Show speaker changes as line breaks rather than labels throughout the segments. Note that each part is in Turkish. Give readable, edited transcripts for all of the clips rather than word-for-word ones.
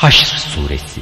Haşr Suresi.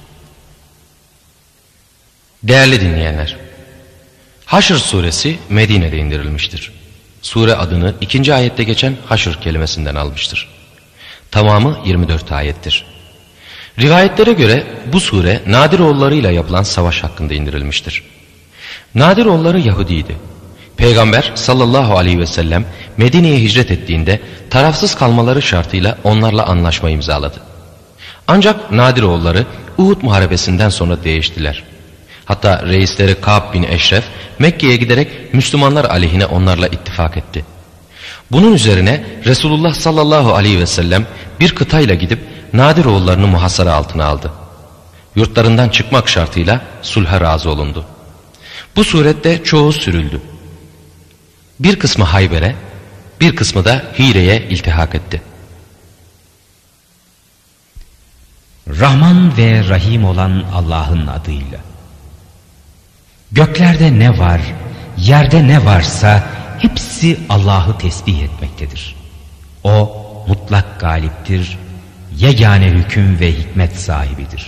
Değerli dinleyenler, Haşr Suresi Medine'de indirilmiştir. Sure adını 2. ayette geçen haşr kelimesinden almıştır. Tamamı 24 ayettir. Rivayetlere göre bu sure Nadiroğullarıyla yapılan savaş hakkında indirilmiştir. Nadiroğulları Yahudiydi. Peygamber sallallahu aleyhi ve sellem Medine'ye hicret ettiğinde tarafsız kalmaları şartıyla onlarla anlaşma imzaladı. Ancak Nadiroğulları Uhud muharebesinden sonra değiştiler. Hatta reisleri Ka'b bin Eşref Mekke'ye giderek Müslümanlar aleyhine onlarla ittifak etti. Bunun üzerine Resulullah sallallahu aleyhi ve sellem bir kıtayla gidip Nadiroğullarını muhasara altına aldı. Yurtlarından çıkmak şartıyla sulha razı olundu. Bu surette çoğu sürüldü. Bir kısmı Hayber'e, bir kısmı da Hire'ye iltihak etti.
Rahman ve Rahim olan Allah'ın adıyla. Göklerde ne var, yerde ne varsa hepsi Allah'ı tesbih etmektedir. O mutlak galiptir, yegane hüküm ve hikmet sahibidir.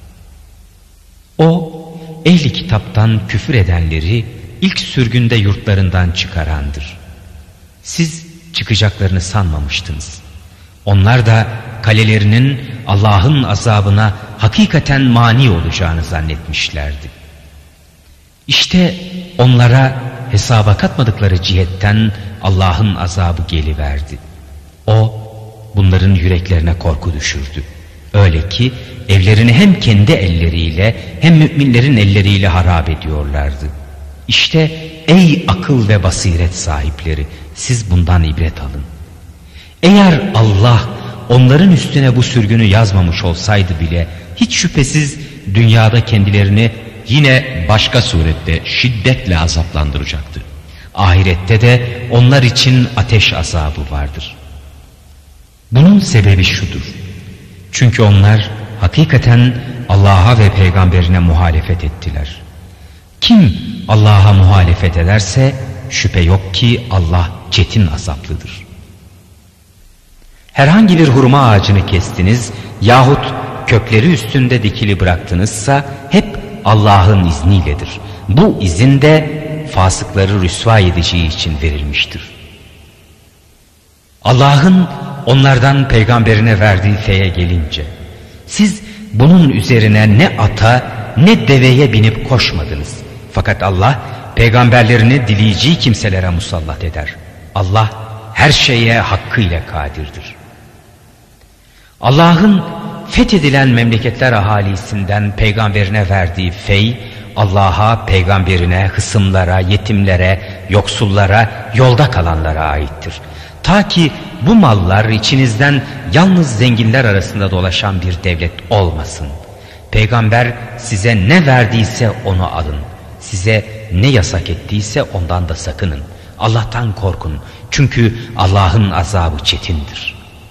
O ehli kitaptan küfür edenleri ilk sürgünde yurtlarından çıkarandır. Siz çıkacaklarını sanmamıştınız. Onlar da kalelerinin Allah'ın azabına hakikaten mani olacağını zannetmişlerdi. İşte onlara hesaba katmadıkları cihetten Allah'ın azabı geliverdi. O bunların yüreklerine korku düşürdü. Öyle ki evlerini hem kendi elleriyle hem müminlerin elleriyle harap ediyorlardı. İşte ey akıl ve basiret sahipleri, siz bundan ibret alın. Eğer Allah onların üstüne bu sürgünü yazmamış olsaydı bile hiç şüphesiz dünyada kendilerini yine başka surette şiddetle azaplandıracaktı. Ahirette de onlar için ateş azabı vardır. Bunun sebebi şudur. Çünkü onlar hakikaten Allah'a ve peygamberine muhalefet ettiler. Kim Allah'a muhalefet ederse şüphe yok ki Allah çetin azaplıdır. Herhangi bir hurma ağacını kestiniz yahut kökleri üstünde dikili bıraktınızsa hep Allah'ın izniyledir. Bu izin de fasıkları rüsva edeceği için verilmiştir. Allah'ın onlardan peygamberine verdiği feye gelince, siz bunun üzerine ne ata ne deveye binip koşmadınız. Fakat Allah peygamberlerini dileyeceği kimselere musallat eder. Allah her şeye hakkıyla kadirdir. Allah'ın fethedilen memleketler ahalisinden peygamberine verdiği fey, Allah'a, peygamberine, hısımlara, yetimlere, yoksullara, yolda kalanlara aittir. Ta ki bu mallar içinizden yalnız zenginler arasında dolaşan bir devlet olmasın. Peygamber size ne verdiyse onu alın. Size ne yasak ettiyse ondan da sakının. Allah'tan korkun. Çünkü Allah'ın azabı çetindir.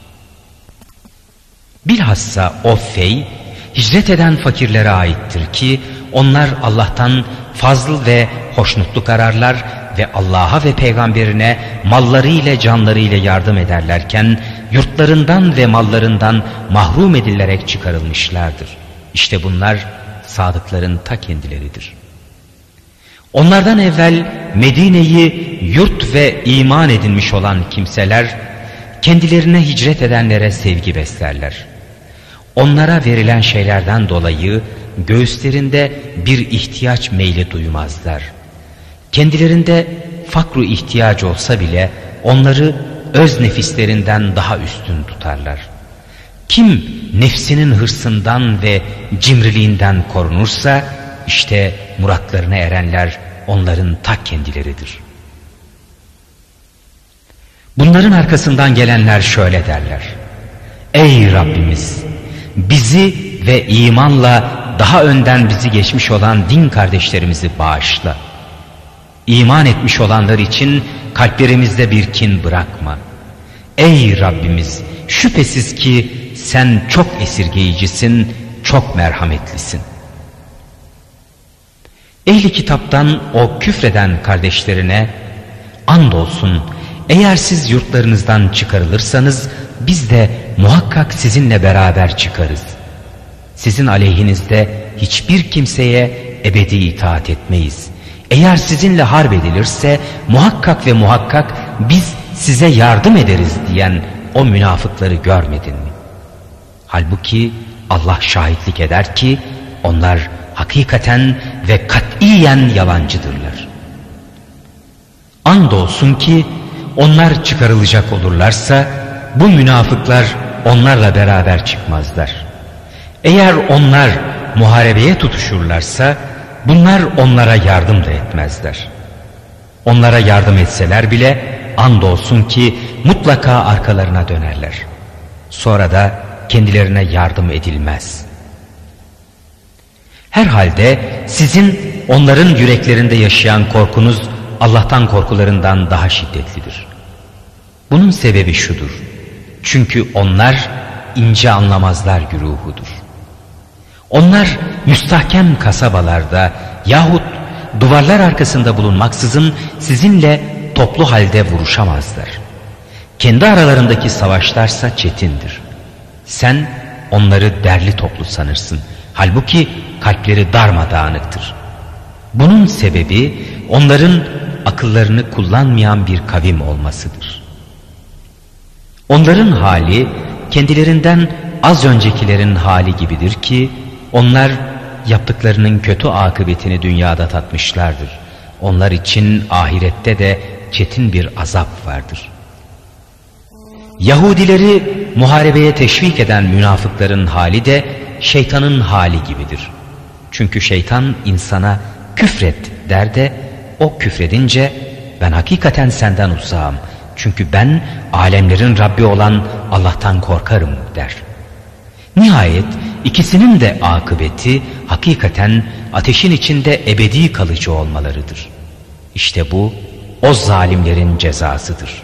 Bilhassa o fey hicret eden fakirlere aittir ki onlar Allah'tan fazl ve hoşnutluk ararlar ve Allah'a ve peygamberine mallarıyla canlarıyla yardım ederlerken yurtlarından ve mallarından mahrum edilerek çıkarılmışlardır. İşte bunlar sadıkların ta kendileridir. Onlardan evvel Medine'yi yurt ve iman edinmiş olan kimseler kendilerine hicret edenlere sevgi beslerler. Onlara verilen şeylerden dolayı göğüslerinde bir ihtiyaç meyli duymazlar. Kendilerinde fakru ihtiyacı olsa bile onları öz nefislerinden daha üstün tutarlar. Kim nefsinin hırsından ve cimriliğinden korunursa işte muratlarına erenler onların ta kendileridir. Bunların arkasından gelenler şöyle derler: Ey Rabbimiz, bizi ve imanla daha önden bizi geçmiş olan din kardeşlerimizi bağışla. İman etmiş olanlar için kalplerimizde bir kin bırakma. Ey Rabbimiz, şüphesiz ki sen çok esirgeyicisin, çok merhametlisin. Ehli kitaptan o küfreden kardeşlerine andolsun eğer siz yurtlarınızdan çıkarılırsanız biz de muhakkak sizinle beraber çıkarız. Sizin aleyhinizde hiçbir kimseye ebedi itaat etmeyiz. Eğer sizinle harp edilirse muhakkak ve muhakkak biz size yardım ederiz diyen o münafıkları görmedin mi? Halbuki Allah şahitlik eder ki onlar hakikaten ve katiyen yalancıdırlar. Andolsun ki onlar çıkarılacak olurlarsa bu münafıklar onlarla beraber çıkmazlar. Eğer onlar muharebeye tutuşurlarsa bunlar onlara yardım da etmezler. Onlara yardım etseler bile andolsun ki mutlaka arkalarına dönerler. Sonra da kendilerine yardım edilmez. Herhalde sizin onların yüreklerinde yaşayan korkunuz Allah'tan korkularından daha şiddetlidir. Bunun sebebi şudur. Çünkü onlar ince anlamazlar güruhudur. Onlar müstahkem kasabalarda yahut duvarlar arkasında bulunmaksızın sizinle toplu halde vuruşamazlar. Kendi aralarındaki savaşlarsa çetindir. Sen onları derli toplu sanırsın. Halbuki kalpleri darmadağınıktır. Bunun sebebi onların akıllarını kullanmayan bir kavim olmasıdır. Onların hali kendilerinden az öncekilerin hali gibidir ki onlar yaptıklarının kötü akıbetini dünyada tatmışlardır. Onlar için ahirette de çetin bir azap vardır. Yahudileri muharebeye teşvik eden münafıkların hali de şeytanın hali gibidir. Çünkü şeytan insana küfret der de o küfredince ben hakikaten senden uzağım. Çünkü ben alemlerin Rabbi olan Allah'tan korkarım der. Nihayet ikisinin de akıbeti hakikaten ateşin içinde ebedi kalıcı olmalarıdır. İşte bu o zalimlerin cezasıdır.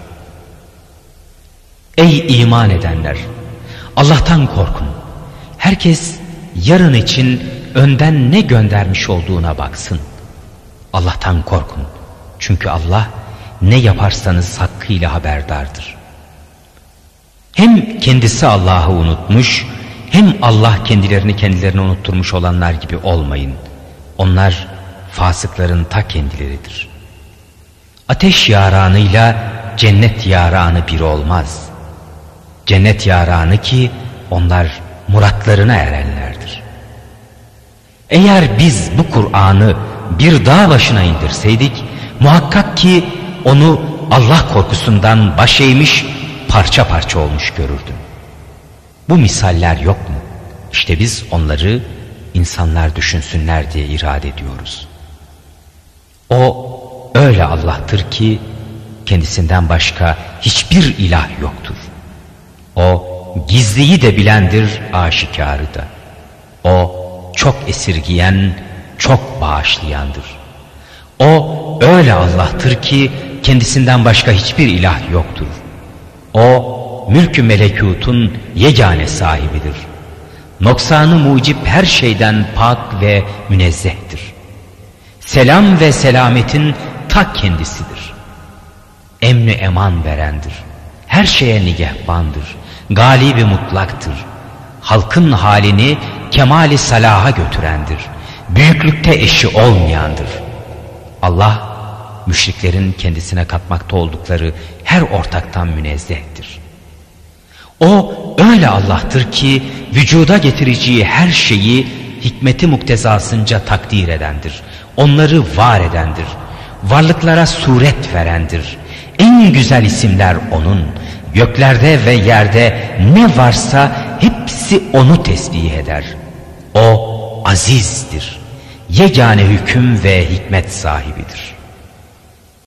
Ey iman edenler! Allah'tan korkun. Herkes yarın için önden ne göndermiş olduğuna baksın. Allah'tan korkun. Çünkü Allah ne yaparsanız hakkıyla haberdardır. Hem kendisi Allah'ı unutmuş, hem Allah kendilerini unutturmuş olanlar gibi olmayın. Onlar fasıkların ta kendileridir. Ateş yaranıyla cennet yaranı bir olmaz. Cennet yaranı ki onlar muratlarına erenlerdir. Eğer biz bu Kur'an'ı bir dağ başına indirseydik, muhakkak ki onu Allah korkusundan baş eğmiş, parça parça olmuş görürdün. Bu misaller yok mu? İşte biz onları insanlar düşünsünler diye irade ediyoruz. O öyle Allah'tır ki kendisinden başka hiçbir ilah yoktur. O gizliyi de bilendir, aşikarı da. O çok esirgiyen, çok bağışlayandır. O öyle Allah'tır ki kendisinden başka hiçbir ilah yoktur. O mülk-ü melekutun yegane sahibidir. Noksanı mucip her şeyden pak ve münezzehtir. Selam ve selametin ta kendisidir. Emni eman verendir. Her şeye nigehbandır. Galibi mutlaktır. Halkın halini kemali salaha götürendir. Büyüklükte eşi olmayandır. Allah müşriklerin kendisine katmakta oldukları her ortaktan münezzehtir. O öyle Allah'tır ki vücuda getireceği her şeyi hikmeti muktezasınca takdir edendir. Onları var edendir. Varlıklara suret verendir. En güzel isimler O'nun. Göklerde ve yerde ne varsa hepsi O'nu tesbih eder. O azizdir. Yegane hüküm ve hikmet sahibidir.